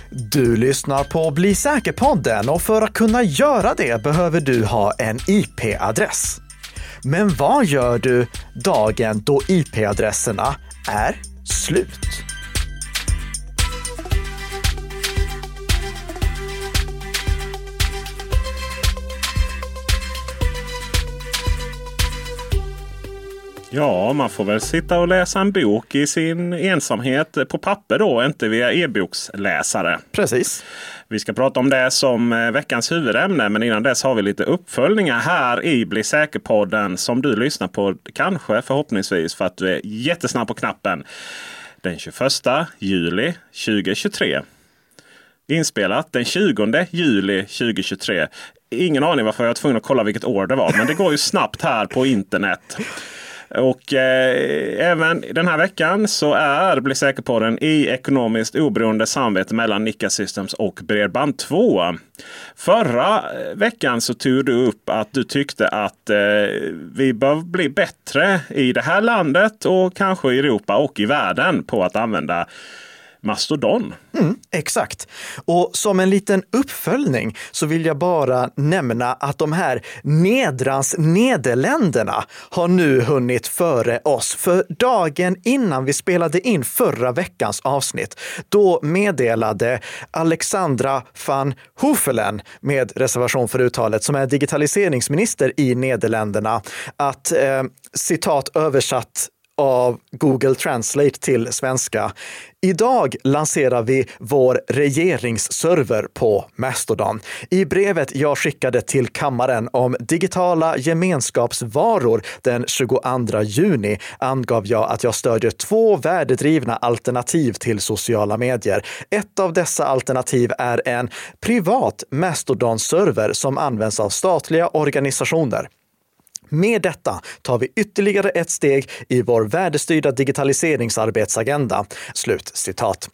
Du lyssnar på Bli säker-podden och för att kunna göra det behöver du ha en IP-adress. Men vad gör du dagen då IP-adresserna är slut? Ja, man får väl sitta och läsa en bok i sin ensamhet på papper då, inte via e-boksläsare. Precis. Vi ska prata om det som veckans huvudämne, men innan dess har vi lite uppföljningar här i Bli säker-podden som du lyssnar på, kanske förhoppningsvis för att du är jättesnabb på knappen. Den 21 juli 2023. Inspelat den 20 juli 2023. Ingen aning varför jag var tvungen att kolla vilket år det var, men det går ju snabbt här på internet. Och även den här veckan så är Bli säker på den i ekonomiskt oberoende samarbete mellan Nikka Systems och Bredband2. Förra veckan så tog du upp att du tyckte att vi bör bli bättre i det här landet och kanske i Europa och i världen på att använda Mastodon. Exakt. Och som en liten uppföljning så vill jag bara nämna att de här nedrans Nederländerna har nu hunnit före oss. För dagen innan vi spelade in förra veckans avsnitt, då meddelade Alexandra van Huffelen, med reservation för uttalet, som är digitaliseringsminister i Nederländerna, att citat översatt av Google Translate till svenska. Idag lanserar vi vår regeringsserver på Mastodon. I brevet jag skickade till kammaren om digitala gemenskapsvaror den 22 juni angav jag att jag stödjer 2 värdedrivna alternativ till sociala medier. Ett av dessa alternativ är en privat Mastodon-server som används av statliga organisationer. Med detta tar vi ytterligare ett steg i vår värdestyrda digitaliseringsarbetsagenda. Slut citat.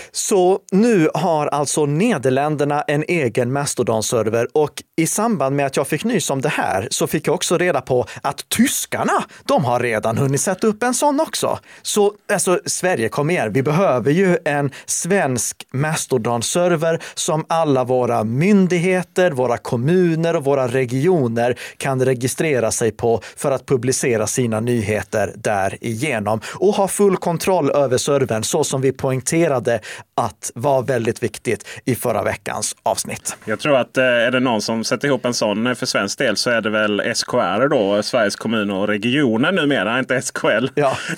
Så nu har alltså Nederländerna en egen Mastodon-server och i samband med att jag fick nys om det här så fick jag också reda på att tyskarna, de har redan hunnit sätta upp en sån också. Så alltså Sverige, kom igen, vi behöver ju en svensk Mastodon-server som alla våra myndigheter, våra kommuner och våra regioner kan registrera sig på för att publicera sina nyheter därigenom och ha full kontroll över servern, så som vi poängterade att var väldigt viktigt i förra veckans avsnitt. Jag tror att är det någon som sätter ihop en sån för svensk del så är det väl SKR då, Sveriges kommuner och regioner numera, inte SKL,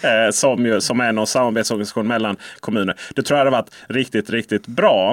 som är någon samarbetsorganisation mellan kommuner. Det tror jag hade varit riktigt, riktigt bra.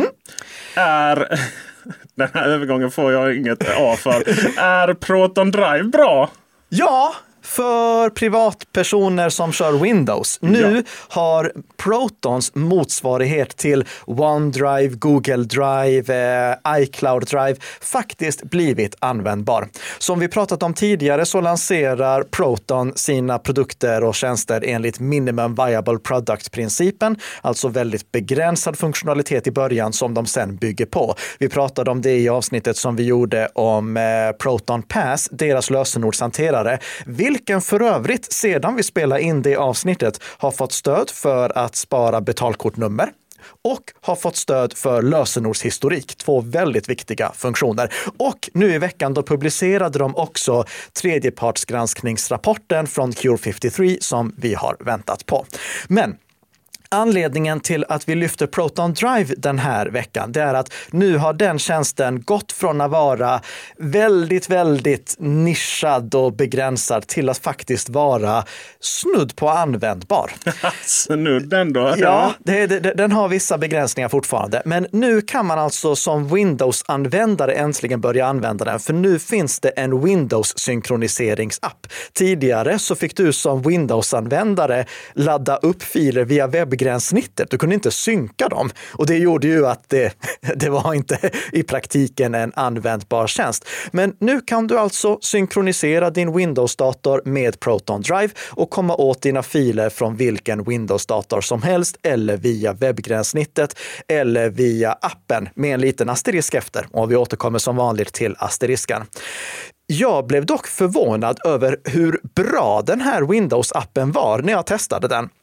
Den här övergången får jag inget A för. Är Proton Drive bra? Ja, för privatpersoner som kör Windows. Nu har Protons motsvarighet till OneDrive, Google Drive, iCloud Drive faktiskt blivit användbar. Som vi pratat om tidigare så lanserar Proton sina produkter och tjänster enligt Minimum Viable Product-principen, alltså väldigt begränsad funktionalitet i början som de sen bygger på. Vi pratade om det i avsnittet som vi gjorde om Proton Pass, deras lösenordshanterare, vilken för övrigt sedan vi spelade in det avsnittet har fått stöd för att spara betalkortnummer och har fått stöd för lösenordshistorik, 2 väldigt viktiga funktioner. Och nu i veckan då publicerade de också tredjepartsgranskningsrapporten från Cure53 som vi har väntat på. Men anledningen till att vi lyfter Proton Drive den här veckan, det är att nu har den tjänsten gått från att vara väldigt, väldigt nischad och begränsad till att faktiskt vara snudd på användbar. Snudd ändå? Ja, den har vissa begränsningar fortfarande. Men nu kan man alltså som Windows-användare äntligen börja använda den. För nu finns det en Windows-synkroniseringsapp. Tidigare så fick du som Windows-användare ladda upp filer via webbgränssnittet. Du kunde inte synka dem. Och det gjorde ju att det var inte i praktiken en användbar tjänst. Men nu kan du alltså synkronisera din Windows-dator med Proton Drive och komma åt dina filer från vilken Windows-dator som helst eller via webbgränssnittet eller via appen med en liten asterisk efter. Och vi återkommer som vanligt till asterisken. Jag blev dock förvånad över hur bra den här Windows-appen var när jag testade den.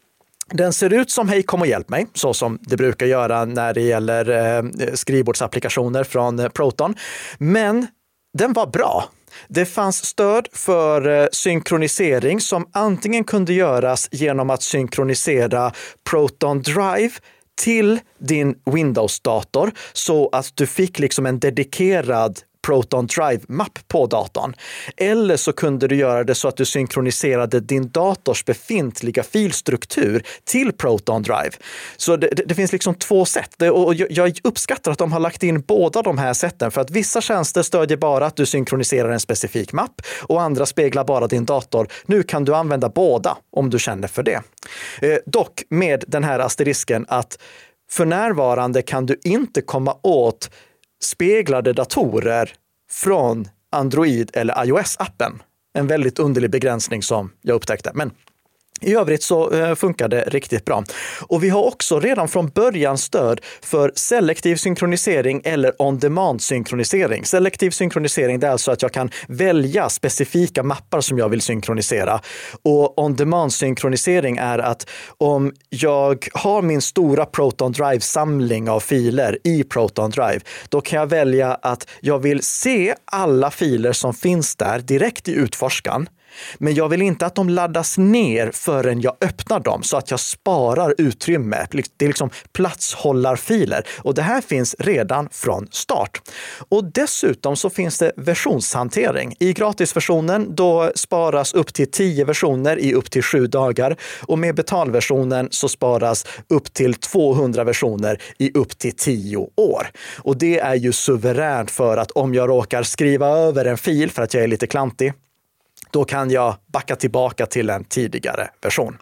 Den ser ut som hej kom och hjälp mig, så som det brukar göra när det gäller skrivbordsapplikationer från Proton. Men den var bra. Det fanns stöd för synkronisering som antingen kunde göras genom att synkronisera Proton Drive till din Windows-dator så att du fick liksom en dedikerad Proton Drive-mapp på datorn. Eller så kunde du göra det så att du synkroniserade din dators befintliga filstruktur till Proton Drive. Så det finns liksom två sätt. Och jag uppskattar att de har lagt in båda de här sätten, för att vissa tjänster stödjer bara att du synkroniserar en specifik mapp och andra speglar bara din dator. Nu kan du använda båda om du känner för det. Dock med den här asterisken att för närvarande kan du inte komma åt speglade datorer från Android eller iOS-appen. En väldigt underlig begränsning som jag upptäckte. Men i övrigt så funkar det riktigt bra. Och vi har också redan från början stöd för selektiv synkronisering eller on-demand-synkronisering. Selektiv synkronisering, det är alltså att jag kan välja specifika mappar som jag vill synkronisera. Och on-demand-synkronisering är att om jag har min stora Proton Drive-samling av filer i Proton Drive, då kan jag välja att jag vill se alla filer som finns där direkt i utforskan. Men jag vill inte att de laddas ner förrän jag öppnar dem så att jag sparar utrymme. Det är liksom platshållarfiler. Och det här finns redan från start. Och dessutom så finns det versionshantering. I gratisversionen då sparas upp till 10 versioner i upp till 7 dagar. Och med betalversionen så sparas upp till 200 versioner i upp till 10 år. Och det är ju suveränt, för att om jag råkar skriva över en fil för att jag är lite klantig, då kan jag backa tillbaka till en tidigare version.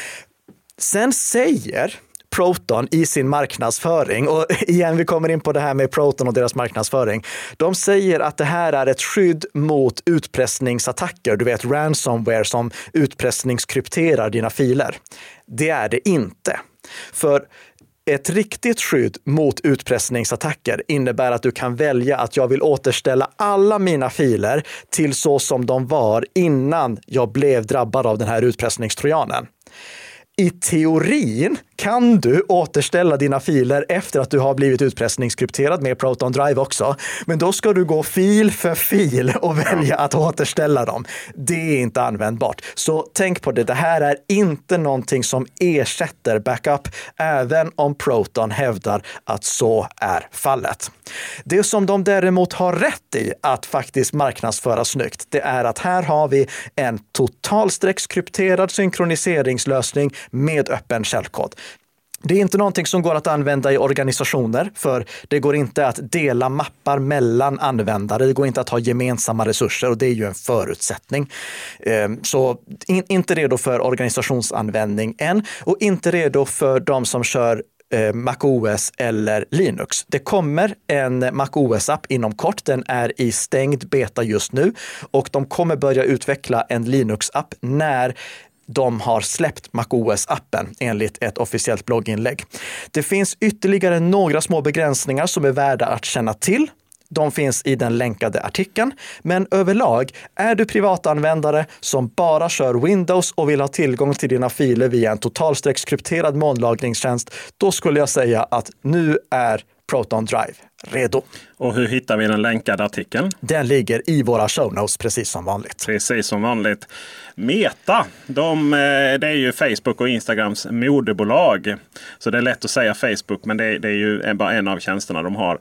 Sen säger Proton i sin marknadsföring, och igen vi kommer in på det här med Proton och deras marknadsföring. De säger att det här är ett skydd mot utpressningsattacker, du vet ransomware som utpressningskrypterar dina filer. Det är det inte. För ett riktigt skydd mot utpressningsattacker innebär att du kan välja att jag vill återställa alla mina filer till så som de var innan jag blev drabbad av den här utpressningstrojanen. I teorin kan du återställa dina filer efter att du har blivit utpressningskrypterad med Proton Drive också. Men då ska du gå fil för fil och välja att återställa dem. Det är inte användbart. Så tänk på det. Det här är inte någonting som ersätter backup, även om Proton hävdar att så är fallet. Det som de däremot har rätt i att faktiskt marknadsföra snyggt, det är att här har vi en totalstreckskrypterad synkroniseringslösning med öppen källkod. Det är inte någonting som går att använda i organisationer, för det går inte att dela mappar mellan användare. Det går inte att ha gemensamma resurser, och det är ju en förutsättning. Så inte redo för organisationsanvändning än, och inte redo för de som kör MacOS eller Linux. Det kommer en MacOS-app inom kort. Den är i stängd beta just nu, och de kommer börja utveckla en Linux-app när de har släppt MacOS-appen enligt ett officiellt blogginlägg. Det finns ytterligare några små begränsningar som är värda att känna till. De finns i den länkade artikeln, men överlag är du privatanvändare som bara kör Windows och vill ha tillgång till dina filer via en totalstreckskrypterad molnlagringstjänst, då skulle jag säga att nu är Proton Drive redo. Och hur hittar vi den länkade artikeln? Den ligger i våra show notes precis som vanligt. Precis som vanligt. Meta, det är ju Facebook och Instagrams moderbolag. Så det är lätt att säga Facebook, men det är ju bara en av tjänsterna de har.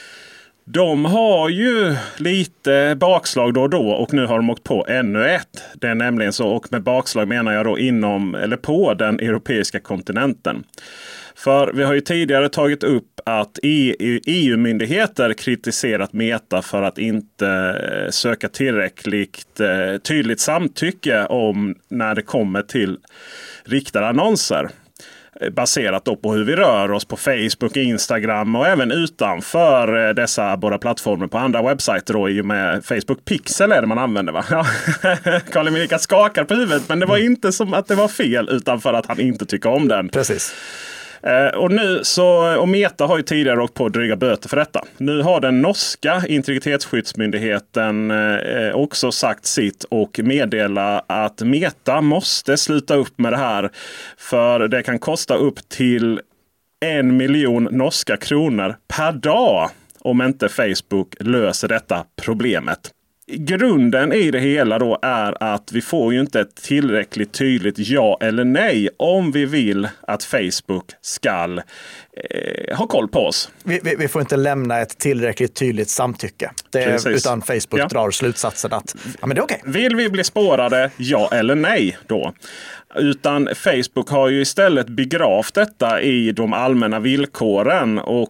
De har ju lite bakslag då och då, och nu har de åkt på ännu ett. Det är nämligen så, och med bakslag menar jag då inom eller på den europeiska kontinenten. För vi har ju tidigare tagit upp att EU-myndigheter kritiserat Meta för att inte söka tillräckligt tydligt samtycke om när det kommer till riktade annonser. Baserat då på hur vi rör oss på Facebook, Instagram och även utanför dessa båda plattformar på andra webbsajter då, i och med Facebook Pixel är det man använder, va? Ja. Karl-Emil skakar på huvudet, men det var inte som att det var fel, utan för att han inte tycker om den. Precis. Och Meta har ju tidigare åkt på dryga böter för detta. Nu har den norska integritetsskyddsmyndigheten också sagt sitt och meddela att Meta måste sluta upp med det här. För det kan kosta upp till 1 miljon norska kronor per dag om inte Facebook löser detta problemet. Grunden i det hela då är att vi får ju inte ett tillräckligt tydligt ja eller nej om vi vill att Facebook ska ha koll på oss. Vi får inte lämna ett tillräckligt tydligt samtycke. Utan Facebook drar slutsatsen att men det är okej. Vill vi bli spårade, ja eller nej då? Utan Facebook har ju istället begravt detta i de allmänna villkoren och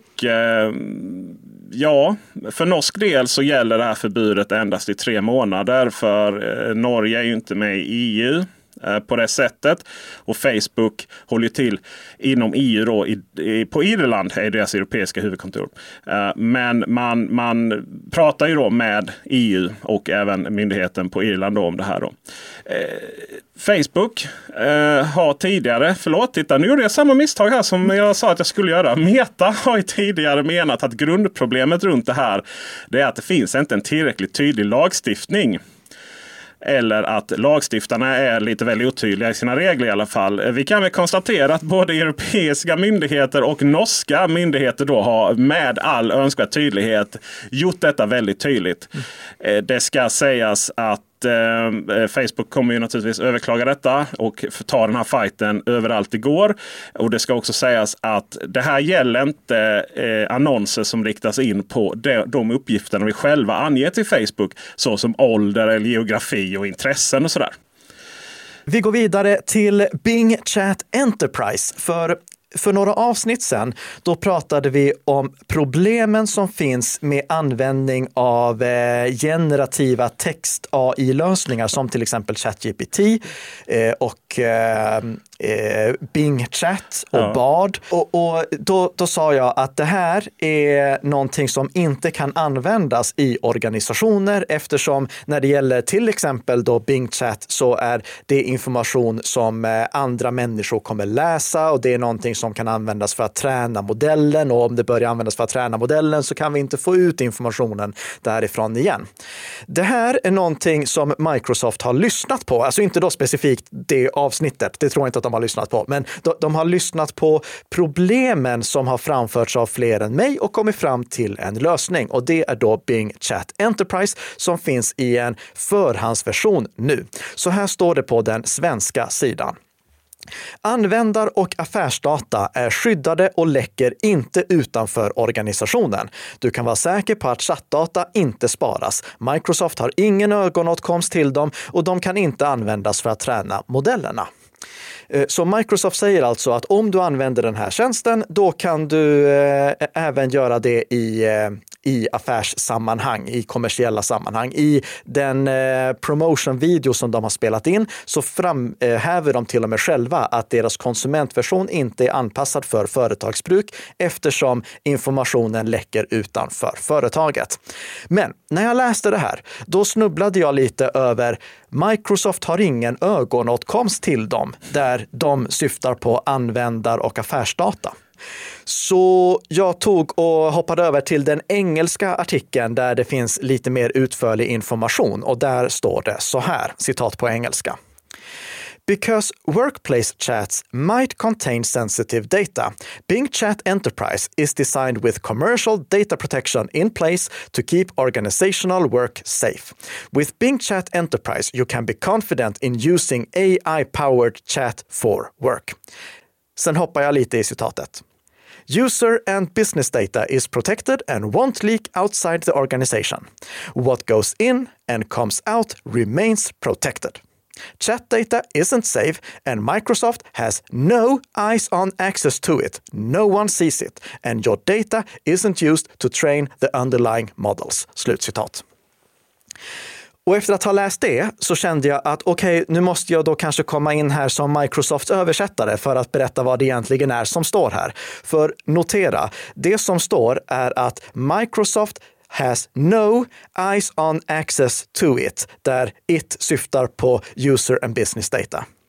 för norsk del så gäller det här förbudet endast i 3 månader för Norge är ju inte med i EU på det sättet. Och Facebook håller till inom EU då på Irland är deras europeiska huvudkontor. Men man pratar ju då med EU och även myndigheten på Irland då om det här då. Facebook har tidigare, nu gjorde jag samma misstag här som jag sa att jag skulle göra. Meta har ju tidigare menat att grundproblemet runt det här det är att det finns inte en tillräckligt tydlig lagstiftning. Eller att lagstiftarna är lite väldigt otydliga i sina regler i alla fall. Vi kan väl konstatera att både europeiska myndigheter och norska myndigheter då har med all önskvärd tydlighet gjort detta väldigt tydligt. Det ska sägas att Facebook kommer ju naturligtvis överklaga detta och ta den här fighten överallt det går. Och det ska också sägas att det här gäller inte annonser som riktas in på de uppgifterna vi själva anger till Facebook, så som ålder eller geografi och intressen och sådär. Vi går vidare till Bing Chat Enterprise. För några avsnitt sedan, då pratade vi om problemen som finns med användning av generativa text-AI-lösningar som till exempel ChatGPT och Bing Chat och Bard. Och då sa jag att det här är någonting som inte kan användas i organisationer eftersom när det gäller till exempel då Bing Chat så är det information som andra människor kommer läsa och det är någonting som kan användas för att träna modellen och om det börjar användas för att träna modellen så kan vi inte få ut informationen därifrån igen. Det här är någonting som Microsoft har lyssnat på, alltså inte då specifikt det avsnittet, det tror jag inte att de har lyssnat på, men de har lyssnat på problemen som har framförts av fler än mig och kommit fram till en lösning och det är då Bing Chat Enterprise som finns i en förhandsversion nu. Så här står det på den svenska sidan. Användar- och affärsdata är skyddade och läcker inte utanför organisationen. Du kan vara säker på att chattdata inte sparas. Microsoft har ingen ögonåtkomst till dem och de kan inte användas för att träna modellerna. Så Microsoft säger alltså att om du använder den här tjänsten, då kan du även göra det i affärssammanhang, i kommersiella sammanhang. I den promotion-video som de har spelat in så framhäver de till och med själva att deras konsumentversion inte är anpassad för företagsbruk eftersom informationen läcker utanför företaget. Men när jag läste det här, då snubblade jag lite över Microsoft har ingen ögonåtkomst till dem där de syftar på användar- och affärsdata. Så jag tog och hoppade över till den engelska artikeln där det finns lite mer utförlig information och där står det så här, citat på engelska. Because workplace chats might contain sensitive data, Bing Chat Enterprise is designed with commercial data protection in place to keep organizational work safe. With Bing Chat Enterprise, you can be confident in using AI-powered chat for work. Sen hoppar jag lite i citatet. User and business data is protected and won't leak outside the organization. What goes in and comes out remains protected. Chat data isn't safe and Microsoft has no eyes-on access to it. No one sees it and your data isn't used to train the underlying models. Slutcitat. Och efter att ha läst det så kände jag att okej, nu måste jag då kanske komma in här som Microsofts översättare för att berätta vad det egentligen är som står här. För notera, det som står är att Microsoft has no eyes-on access to it, där it syftar på user and business data.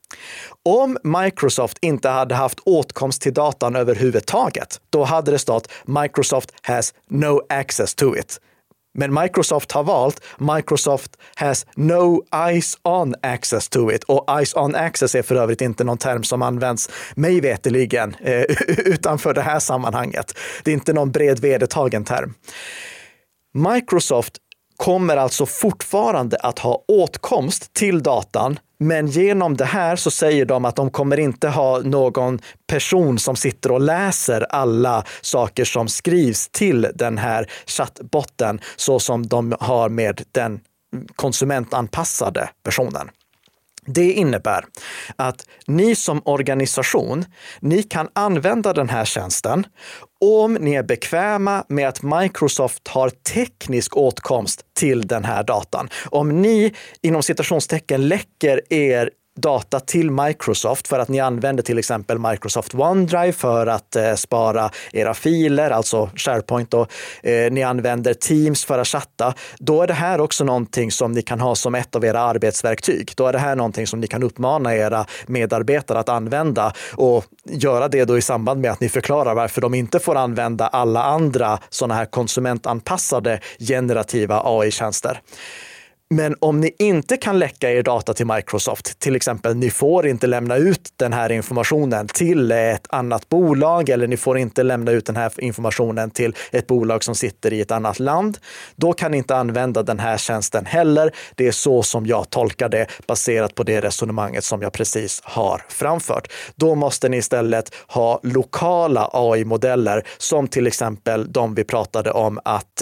Om Microsoft inte hade haft åtkomst till datan överhuvudtaget, då hade det stått Microsoft has no access to it. Men Microsoft har valt Microsoft has no eyes on access to it. Och eyes on access är för övrigt inte någon term som används mig veteligen utanför det här sammanhanget. Det är inte någon bred vedertagen term. Microsoft kommer alltså fortfarande att ha åtkomst till datan, men genom det här så säger de att de kommer inte ha någon person som sitter och läser alla saker som skrivs till den här chattbotten så som de har med den konsumentanpassade personen. Det innebär att ni som organisation, ni kan använda den här tjänsten om ni är bekväma med att Microsoft har teknisk åtkomst till den här datan. Om ni inom citationstecken läcker er data till Microsoft för att ni använder till exempel Microsoft OneDrive för att spara era filer, alltså SharePoint, och ni använder Teams för att chatta, då är det här också någonting som ni kan ha som ett av era arbetsverktyg. Då är det här någonting som ni kan uppmana era medarbetare att använda och göra det då i samband med att ni förklarar varför de inte får använda alla andra sådana här konsumentanpassade generativa AI-tjänster. Men om ni inte kan läcka er data till Microsoft, till exempel ni får inte lämna ut den här informationen till ett annat bolag eller ni får inte lämna ut den här informationen till ett bolag som sitter i ett annat land, då kan ni inte använda den här tjänsten heller. Det är så som jag tolkar det baserat på det resonemanget som jag precis har framfört. Då måste ni istället ha lokala AI-modeller som till exempel de vi pratade om att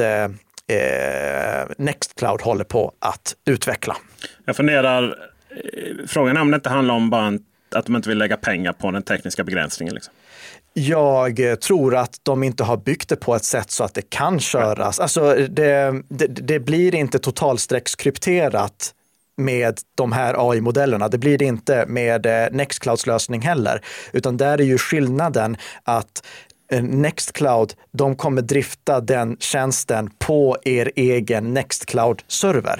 Nextcloud håller på att utveckla. Jag funderar, frågan är om det inte handlar om bara att de inte vill lägga pengar på den tekniska begränsningen. Liksom. Jag tror att de inte har byggt det på ett sätt så att det kan köras. Alltså det blir inte totalstreckskrypterat med de här AI-modellerna. Det blir det inte med Nextclouds lösning heller. Utan där är ju skillnaden att Nextcloud, de kommer drifta den tjänsten på er egen Nextcloud-server.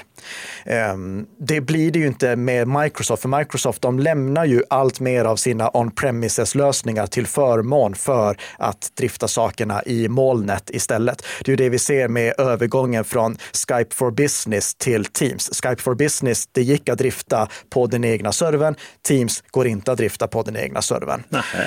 Det blir det ju inte med Microsoft, för Microsoft de lämnar ju allt mer av sina on-premises-lösningar till förmån för att drifta sakerna i molnet istället. Det är ju det vi ser med övergången från Skype for Business till Teams. Skype for Business, det gick att drifta på den egna servern. Teams går inte att drifta på den egna servern.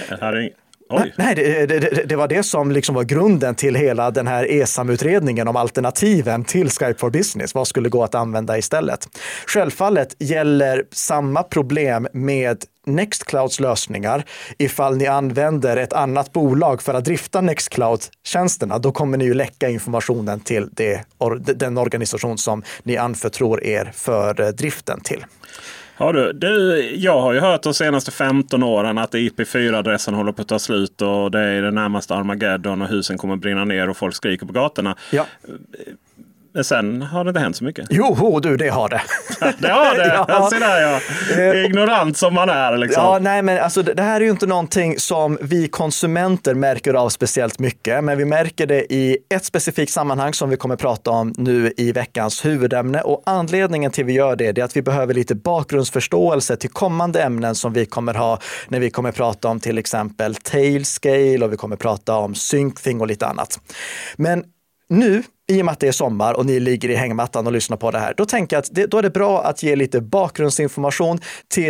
Nej, det var det som liksom var grunden till hela den här ESAM-utredningen om alternativen till Skype for Business. Vad skulle gå att använda istället? Självfallet gäller samma problem med Nextclouds lösningar. Ifall ni använder ett annat bolag för att drifta Nextcloud-tjänsterna, då kommer ni ju läcka informationen till den organisation som ni anförtror er för driften till. Ja, jag har ju hört de senaste 15 åren att IP4-adressen håller på att ta slut och det är det närmaste Armageddon och husen kommer brinna ner och folk skriker på gatorna. Ja. Men sen har det inte hänt så mycket. Jo, det har det. Det har det. Ja. Jag ser där, ignorant som man är. Liksom. Ja, nej, men alltså, det här är ju inte någonting som vi konsumenter märker av speciellt mycket. Men vi märker det i ett specifikt sammanhang som vi kommer prata om nu i veckans huvudämne. Och anledningen till att vi gör det är att vi behöver lite bakgrundsförståelse till kommande ämnen som vi kommer ha när vi kommer prata om till exempel Tailscale och vi kommer prata om SyncThing och lite annat. Men nu, i och med att det är sommar och ni ligger i hängmattan och lyssnar på det här, då tänker jag att då är det bra att ge lite bakgrundsinformation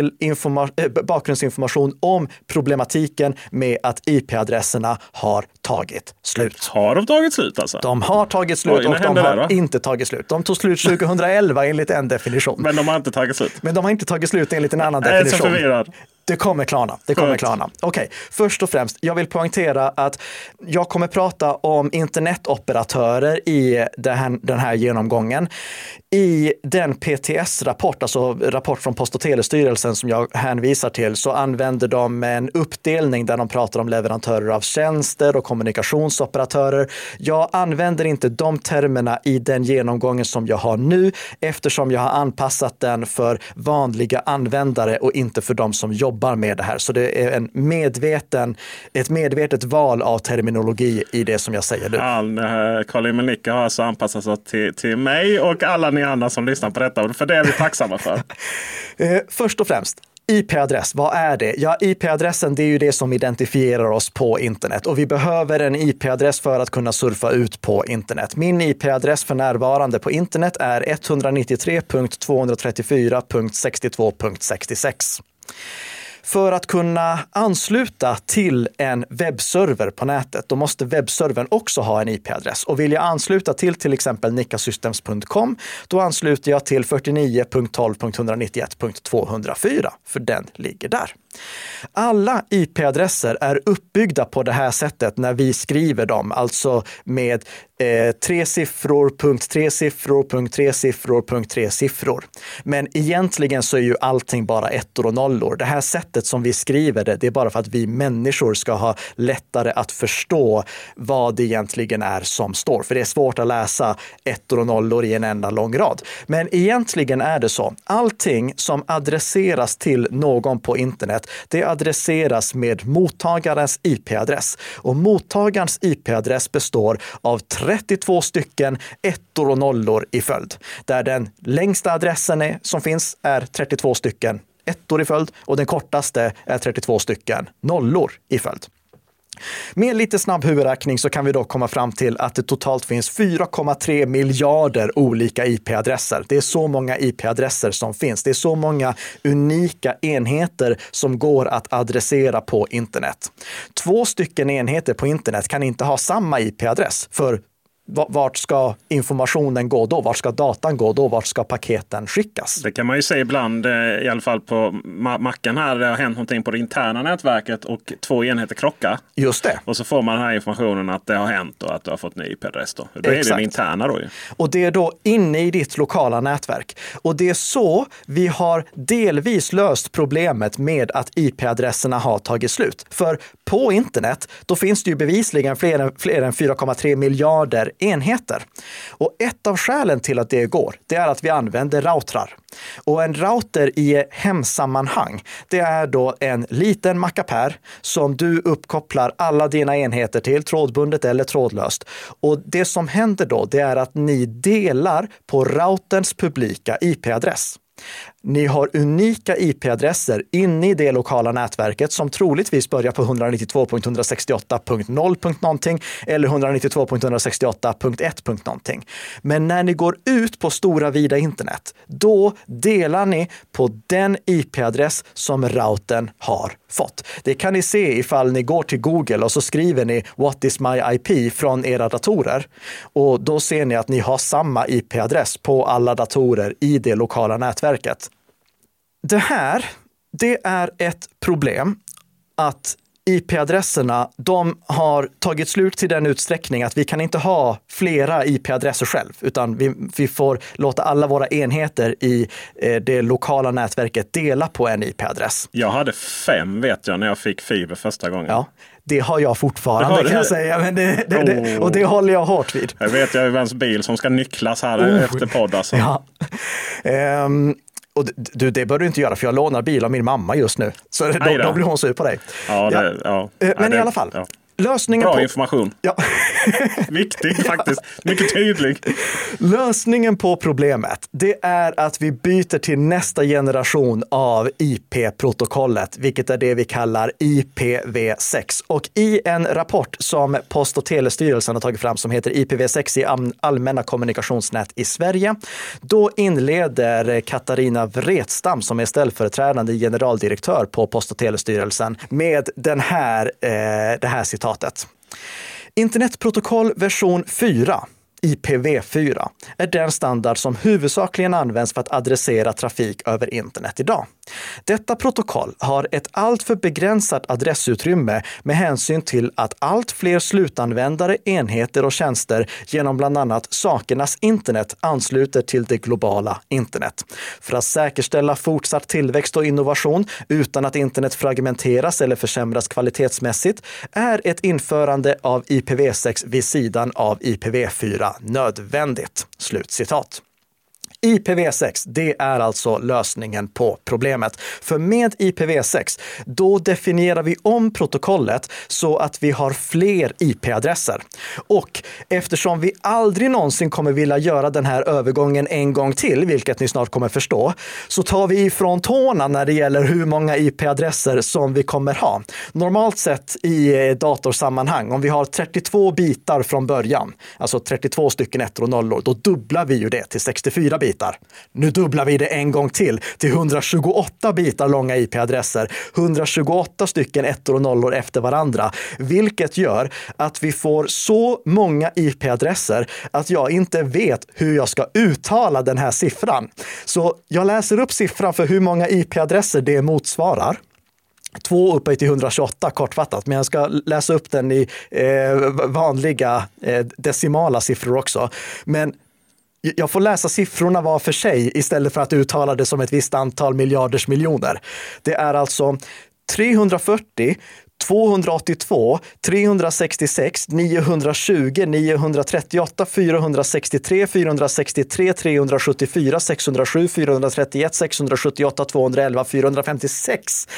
om problematiken med att IP-adresserna har tagit slut. Har de tagit slut alltså? De har tagit slut och de har inte tagit slut. De tog slut 2011 enligt en definition. Men de har inte tagit slut? Men de har inte tagit slut enligt en annan definition. Jag är så förvirrad. Det kommer klarna. Okej, först och främst, jag vill poängtera att jag kommer prata om internetoperatörer i den här genomgången. I den PTS-rapport, alltså rapport från Post- och telestyrelsen som jag hänvisar till, så använder de en uppdelning där de pratar om leverantörer av tjänster och kommunikationsoperatörer. Jag använder inte de termerna i den genomgången som jag har nu eftersom jag har anpassat den för vanliga användare och inte för de som jobbar med det här. Så det är ett medvetet val av terminologi i det som jag säger nu. Carl Melicka har alltså anpassat sig till mig och alla ni andra som lyssnar på detta. För det är vi tacksamma för. Först och främst, IP-adress, vad är det? Ja, IP-adressen, det är ju det som identifierar oss på internet och vi behöver en IP-adress för att kunna surfa ut på internet. Min IP-adress för närvarande på internet är 193.234.62.66. För att kunna ansluta till en webbserver på nätet, då måste webbservern också ha en IP-adress. Och vill jag ansluta till exempel nickasystems.com, då ansluter jag till 49.12.191.204, för den ligger där. Alla IP-adresser är uppbyggda på det här sättet när vi skriver dem, alltså med 3 siffror, punkt 3 siffror, punkt 3 siffror, punkt 3 siffror. Men egentligen så är ju allting bara ettor och nollor. Det här sättet som vi skriver det är bara för att vi människor ska ha lättare att förstå vad det egentligen är som står. För det är svårt att läsa ettor och nollor i en enda lång rad. Men egentligen är det så. Allting som adresseras till någon på internet, det adresseras med mottagarens IP-adress. Och mottagarens IP-adress består av 32 stycken ettor och nollor i följd. Där den längsta adressen som finns är 32 stycken ettor i följd och den kortaste är 32 stycken nollor i följd. Med lite snabb huvudräkning så kan vi då komma fram till att det totalt finns 4,3 miljarder olika IP-adresser. Det är så många IP-adresser som finns. Det är så många unika enheter som går att adressera på internet. 2 stycken enheter på internet kan inte ha samma IP-adress, för vart ska informationen gå då? Vart ska datan gå då? Vart ska paketen skickas? Det kan man ju se ibland, i alla fall på Macen här. Det har hänt någonting på det interna nätverket och 2 enheter krockar. Just det. Och så får man den här informationen att det har hänt och att du har fått ny IP-adress då. Då är det interna då ju. Och det är då inne i ditt lokala nätverk. Och det är så vi har delvis löst problemet med att IP-adresserna har tagit slut. För på internet, då finns det ju bevisligen fler än 4,3 miljarder enheter. Och ett av skälen till att det går, det är att vi använder routrar. Och en router i hemsammanhang, det är då en liten mackapär som du uppkopplar alla dina enheter till, trådbundet eller trådlöst. Och det som händer då, det är att ni delar på routerns publika IP-adress. Ni har unika IP-adresser inne i det lokala nätverket som troligtvis börjar på 192.168.0. någonting eller 192.168.1. någonting. Men när ni går ut på stora vida internet, då delar ni på den IP-adress som routern har fått. Det kan ni se ifall ni går till Google och så skriver ni "What is my IP" från era datorer. Och då ser ni att ni har samma IP-adress på alla datorer i det lokala nätverket. Det är ett problem att IP-adresserna, de har tagit slut till den utsträckning att vi kan inte ha flera IP-adresser själv, utan vi får låta alla våra enheter i det lokala nätverket dela på en IP-adress. Jag hade 5 vet jag när jag fick fiber första gången. Ja. Det har jag fortfarande kan jag säga, men och det håller jag hårt vid. Jag vet ju vems bil som ska nycklas här efter podd alltså. Ja. Och det bör du inte göra, för jag lånar bil av min mamma just nu. Så då blir hon sur på dig. Men i alla fall. Ja. Bra information. Ja. Viktig faktiskt. Mycket tydlig. Lösningen på problemet, det är att vi byter till nästa generation av IP-protokollet, vilket är det vi kallar IPv6. Och i en rapport som Post- och telestyrelsen har tagit fram som heter IPv6 i allmänna kommunikationsnät i Sverige, då inleder Katarina Wretstam, som är ställföreträdande generaldirektör på Post- och telestyrelsen, med det här citatet. Internetprotokoll version 4, IPv4, är den standard som huvudsakligen används för att adressera trafik över internet idag. Detta protokoll har ett alltför begränsat adressutrymme med hänsyn till att allt fler slutanvändare, enheter och tjänster genom bland annat sakernas internet ansluter till det globala internet. För att säkerställa fortsatt tillväxt och innovation utan att internet fragmenteras eller försämras kvalitetsmässigt är ett införande av IPv6 vid sidan av IPv4 nödvändigt. Slutcitat. IPv6, det är alltså lösningen på problemet. För med IPv6, då definierar vi om protokollet så att vi har fler IP-adresser. Och eftersom vi aldrig någonsin kommer vilja göra den här övergången en gång till, vilket ni snart kommer förstå, så tar vi ifrån tårna när det gäller hur många IP-adresser som vi kommer ha. Normalt sett i datorsammanhang, om vi har 32 bitar från början, alltså 32 stycken ettor och nollor, då dubblar vi ju det till 64 bitar. Nu dubblar vi det en gång till 128 bitar långa IP-adresser, 128 stycken ettor och nollor efter varandra, vilket gör att vi får så många IP-adresser att jag inte vet hur jag ska uttala den här siffran. Så jag läser upp siffran för hur många IP-adresser det motsvarar. 2 uppe till 128 kortfattat, men jag ska läsa upp den i vanliga decimala siffror också. Men jag får läsa siffrorna var för sig istället för att uttala det som ett visst antal miljarders miljoner. Det är alltså 340, 282, 366, 920, 938, 463, 463, 374, 607, 431, 678, 211, 456.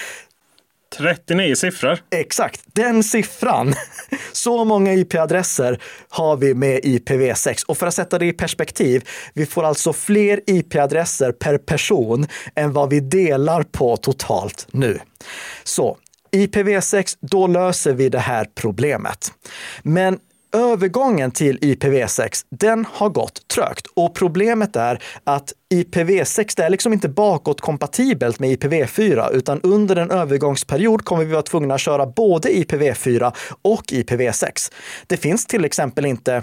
39 siffror. Exakt, den siffran. Så många IP-adresser har vi med IPv6. Och för att sätta det i perspektiv, vi får alltså fler IP-adresser per person än vad vi delar på totalt nu. Så IPv6, då löser vi det här problemet. Men övergången till IPv6, den har gått trögt. Och problemet är att IPv6 det är liksom inte bakåtkompatibelt med IPv4, utan under en övergångsperiod kommer vi vara tvungna att köra både IPv4 och IPv6. Det finns till exempel inte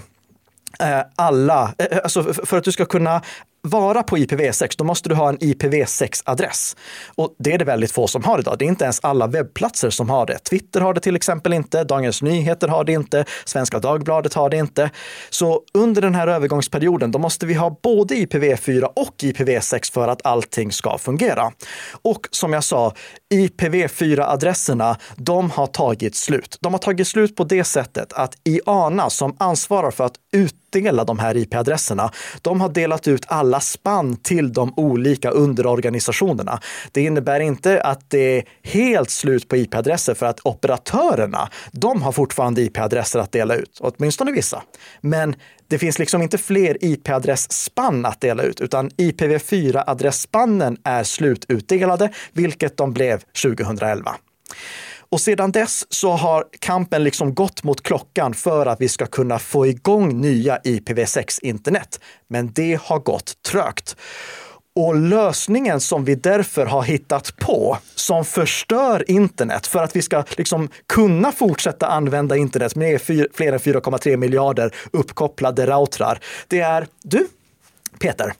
alltså för att du ska kunna vara på IPv6, då måste du ha en IPv6-adress. Och det är det väldigt få som har idag. Det är inte ens alla webbplatser som har det. Twitter har det till exempel inte, Dagens Nyheter har det inte, Svenska Dagbladet har det inte. Så under den här övergångsperioden, då måste vi ha både IPv4 och IPv6 för att allting ska fungera. Och som jag sa, IPv4-adresserna, de har tagit slut. De har tagit slut på det sättet att IANA, som ansvarar för att utdela de här IP-adresserna, de har delat ut alla spann till de olika underorganisationerna. Det innebär inte att det är helt slut på IP-adresser, för att operatörerna, de har fortfarande IP-adresser att dela ut, åtminstone vissa. Men det finns liksom inte fler IP-adressspann att dela ut, utan IPv4-adressspannen är slututdelade, vilket de blev 2011. Och sedan dess så har kampen liksom gått mot klockan för att vi ska kunna få igång nya IPv6-internet. Men det har gått trögt. Och lösningen som vi därför har hittat på, som förstör internet för att vi ska liksom kunna fortsätta använda internet med fler än 4,3 miljarder uppkopplade routrar, det är Peter.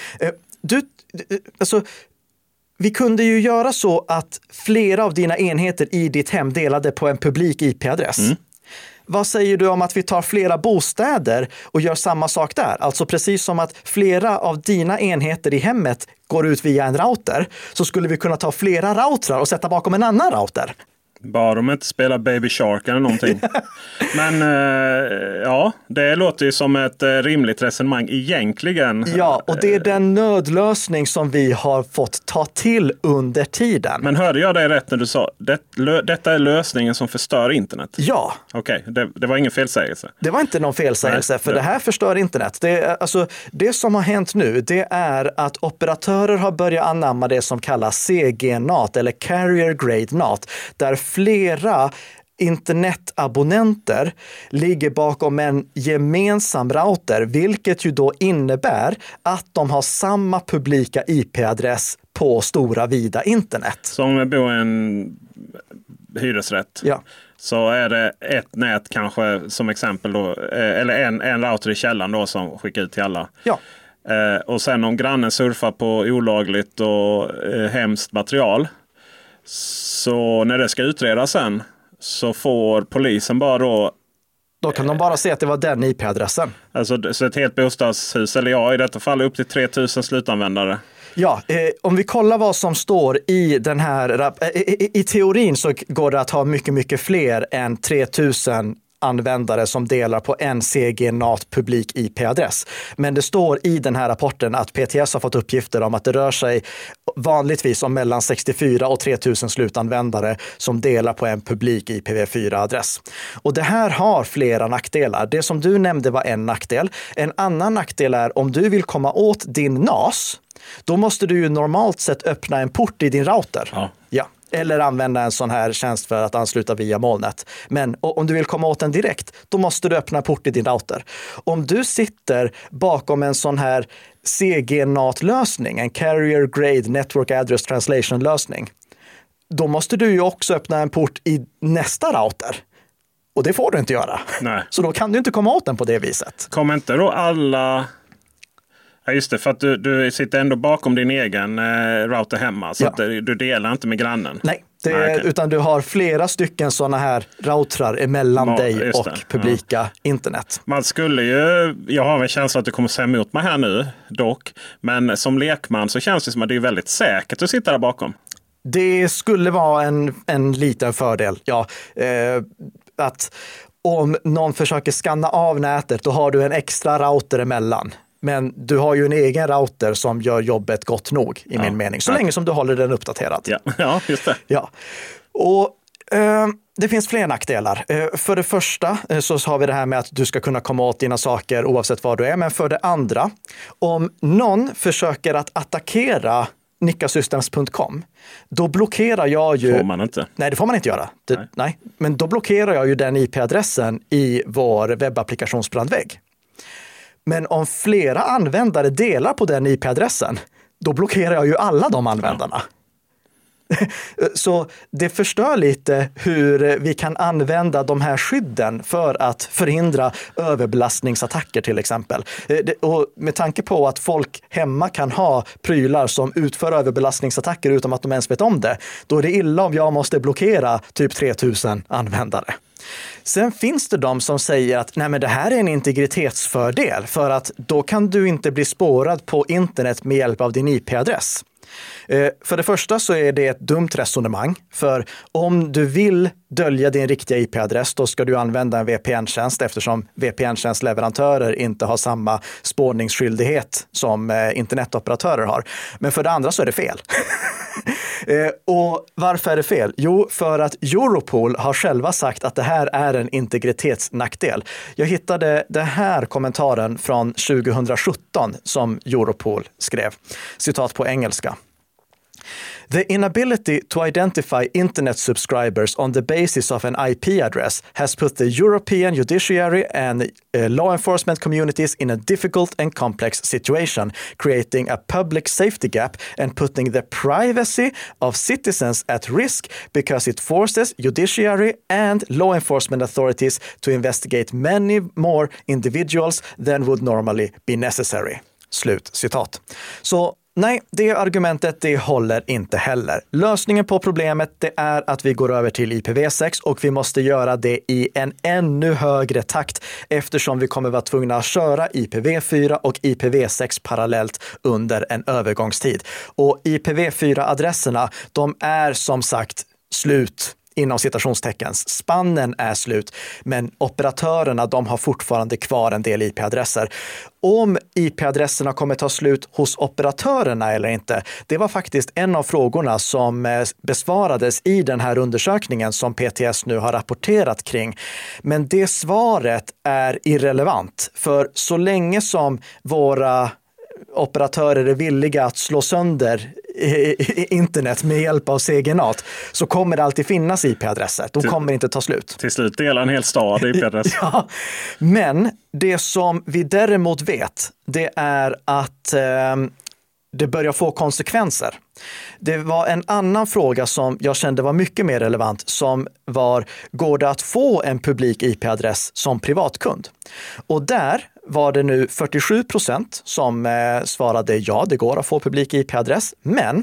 Vi kunde ju göra så att flera av dina enheter i ditt hem delade på en publik IP-adress. Vad säger du om att vi tar flera bostäder och gör samma sak där? Alltså precis som att flera av dina enheter i hemmet går ut via en router, så skulle vi kunna ta flera routrar och sätta bakom en annan router. Bara de inte spelar Baby Shark eller någonting. Men ja, det låter ju som ett rimligt resonemang egentligen. Ja, och det är den nödlösning som vi har fått ta till under tiden. Men hörde jag dig rätt när du sa detta är lösningen som förstör internet? Ja. Okej, det var ingen felsägelse. Det var inte någon felsägelse, för det här förstör internet. Det som har hänt nu, det är att operatörer har börjat anamma det som kallas CG-NAT eller Carrier Grade NAT, där flera internetabonnenter ligger bakom en gemensam router, vilket ju då innebär att de har samma publika IP-adress på stora vida internet. Som om bor i en hyresrätt. Ja. Så är det ett nät kanske som exempel då, eller en router i källaren då som skickar ut till alla. Ja. Och sen om grannen surfar på olagligt och hemskt material, så när det ska utredas sen, så får polisen bara då kan de bara se att det var den IP-adressen. Alltså så ett helt bostadshus, eller i detta fall upp till 3000 slutanvändare. Ja, om vi kollar vad som står i den här, i teorin så går det att ha mycket, mycket fler än 3000 användare som delar på en CG-NAT publik IP-adress. Men det står i den här rapporten att PTS har fått uppgifter om att det rör sig vanligtvis om mellan 64 och 3000 slutanvändare som delar på en publik IPv4-adress. Och det här har flera nackdelar. Det som du nämnde var en nackdel. En annan nackdel är om du vill komma åt din NAS, då måste du ju normalt sett öppna en port i din router. Ja. Eller använda en sån här tjänst för att ansluta via molnet. Men om du vill komma åt den direkt, då måste du öppna en port i din router. Om du sitter bakom en sån här CG-NAT-lösning, en Carrier Grade Network Address Translation-lösning, då måste du ju också öppna en port i nästa router. Och det får du inte göra. Nej. Så då kan du inte komma åt den på det viset. Kommer inte då alla... Ja, just det, för att du sitter ändå bakom din egen router hemma. Så att du delar inte med grannen. Nej, utan du har flera stycken sådana här routrar emellan dig och publika internet. Man skulle ju, jag har en känsla att du kommer säga emot mig här nu dock. Men som lekman så känns det som att det är väldigt säkert att sitta där bakom. Det skulle vara en liten fördel, ja. Att om någon försöker skanna av nätet, då har du en extra router emellan. Men du har ju en egen router som gör jobbet gott nog i min mening. Så länge som du håller den uppdaterad. Ja, just det. Ja. Och det finns fler nackdelar. För det första så har vi det här med att du ska kunna komma åt dina saker oavsett var du är. Men för det andra, om någon försöker att attackera nickasystems.com, då blockerar jag ju... Får man inte? Nej, det får man inte göra. Nej. Men då blockerar jag ju den IP-adressen i vår webbapplikationsbrandvägg. Men om flera användare delar på den IP-adressen, då blockerar jag ju alla de användarna. Så det förstör lite hur vi kan använda de här skydden för att förhindra överbelastningsattacker till exempel. Och med tanke på att folk hemma kan ha prylar som utför överbelastningsattacker utan att de ens vet om det, då är det illa om jag måste blockera typ 3000 användare. Sen finns det de som säger att nej, men det här är en integritetsfördel för att då kan du inte bli spårad på internet med hjälp av din IP-adress. För det första så är det ett dumt resonemang, för om du vill dölja din riktiga IP-adress, då ska du använda en VPN-tjänst eftersom VPN-tjänstleverantörer inte har samma spårningsskyldighet som internetoperatörer har. Men för det andra så är det fel. Och varför är det fel? Jo, för att Europol har själva sagt att det här är en integritetsnackdel. Jag hittade den här kommentaren från 2017 som Europol skrev. Citat på engelska. The inability to identify internet subscribers on the basis of an IP address has put the European judiciary and law enforcement communities in a difficult and complex situation, creating a public safety gap and putting the privacy of citizens at risk because it forces judiciary and law enforcement authorities to investigate many more individuals than would normally be necessary. Slut citat. Så nej, det argumentet det håller inte heller. Lösningen på problemet det är att vi går över till IPv6 och vi måste göra det i en ännu högre takt eftersom vi kommer vara tvungna att köra IPv4 och IPv6 parallellt under en övergångstid. Och IPv4-adresserna, de är som sagt slut. Inom citationstecken. Spannen är slut, men operatörerna de har fortfarande kvar en del IP-adresser. Om IP-adresserna kommer ta slut hos operatörerna eller inte, det var faktiskt en av frågorna som besvarades i den här undersökningen som PTS nu har rapporterat kring. Men det svaret är irrelevant, för så länge som våra operatörer är villiga att slå sönder internet med hjälp av CG-NAT så kommer det alltid finnas IP-adresser. De kommer inte ta slut. Till slut delar en hel stad IP-adress. Ja, men det som vi däremot vet det är att det börjar få konsekvenser. Det var en annan fråga som jag kände var mycket mer relevant som var, går det att få en publik IP-adress som privatkund? Och där var det nu 47% som svarade ja, det går att få publik IP-adress, men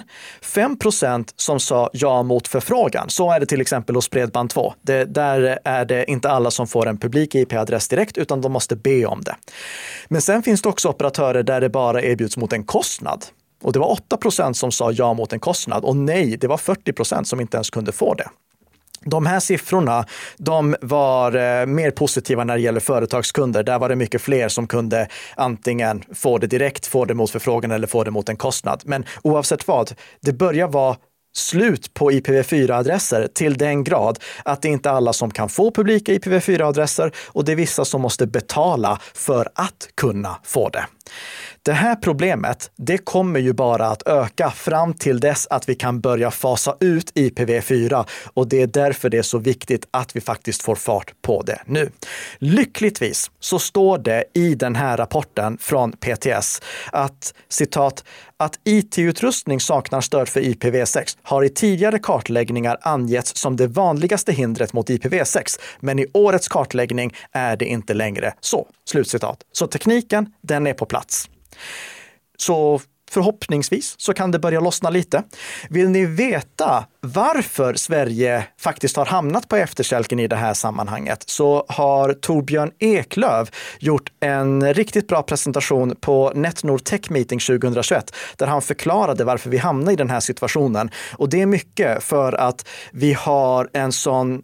5% som sa ja mot förfrågan. Så är det till exempel hos Bredband2. Där är det inte alla som får en publik IP-adress direkt, utan de måste be om det. Men sen finns det också operatörer där det bara erbjuds mot en kostnad. Och det var 8% som sa ja mot en kostnad och nej, det var 40% som inte ens kunde få det. De här siffrorna, de var mer positiva när det gäller företagskunder. Där var det mycket fler som kunde antingen få det direkt, få det mot förfrågan eller få det mot en kostnad. Men oavsett vad, det börjar vara slut på IPv4-adresser till den grad att det inte är alla som kan få publika IPv4-adresser och det är vissa som måste betala för att kunna få det. Det här problemet, det kommer ju bara att öka fram till dess att vi kan börja fasa ut IPv4 och det är därför det är så viktigt att vi faktiskt får fart på det nu. Lyckligtvis så står det i den här rapporten från PTS att, citat, att IT-utrustning saknar stöd för IPv6 har i tidigare kartläggningar angetts som det vanligaste hindret mot IPv6, men i årets kartläggning är det inte längre så. Slutcitat. Så tekniken, den är på plats. Så förhoppningsvis så kan det börja lossna lite. Vill ni veta varför Sverige faktiskt har hamnat på efterkälken i det här sammanhanget så har Torbjörn Eklöf gjort en riktigt bra presentation på NetNord Tech Meeting 2021 där han förklarade varför vi hamnar i den här situationen. Och det är mycket för att vi har en sån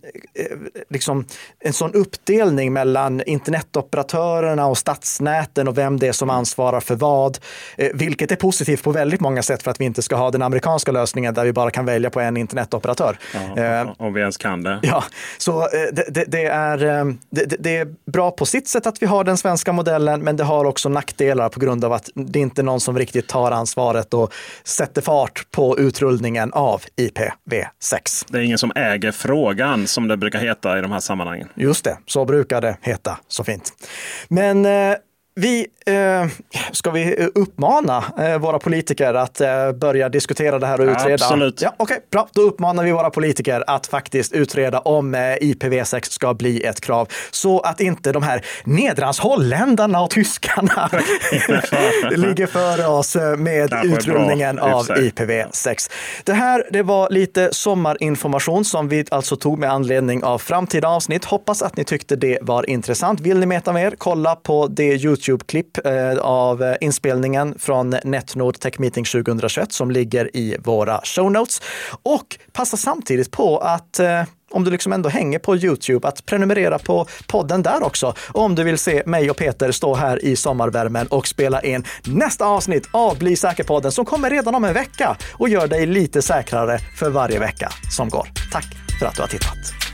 uppdelning mellan internetoperatörerna och stadsnäten och vem det är som ansvarar för vad, vilket är positivt på väldigt många sätt för att vi inte ska ha den amerikanska lösningen där vi bara kan välja på en internetoperatör. Ja, om vi ens kan det. Ja, så det är bra på sitt sätt att vi har den svenska modellen, men det har också nackdelar på grund av att det inte är någon som riktigt tar ansvaret och sätter fart på utrullningen av IPv6. Det är ingen som äger frågan som det brukar heta i de här sammanhangen. Just det, så brukar det heta. Så fint. Men ska vi uppmana våra politiker att börja diskutera det här och utreda? Absolut. Ja, okej, bra. Då uppmanar vi våra politiker att faktiskt utreda om IPv6 ska bli ett krav. Så att inte de här nedrans holländarna och tyskarna ligger före oss med utrullningen av IPv6. Det var lite sommarinformation som vi alltså tog med anledning av framtida avsnitt. Hoppas att ni tyckte det var intressant. Vill ni veta mer? Kolla på det YouTube-klipp av inspelningen från NetNord Tech Meeting 2021 som ligger i våra show notes. Och passa samtidigt på att om du liksom ändå hänger på YouTube att prenumerera på podden där också. Om du vill se mig och Peter stå här i sommarvärmen och spela in nästa avsnitt av Bli säker-podden som kommer redan om en vecka och gör dig lite säkrare för varje vecka som går. Tack för att du har tittat.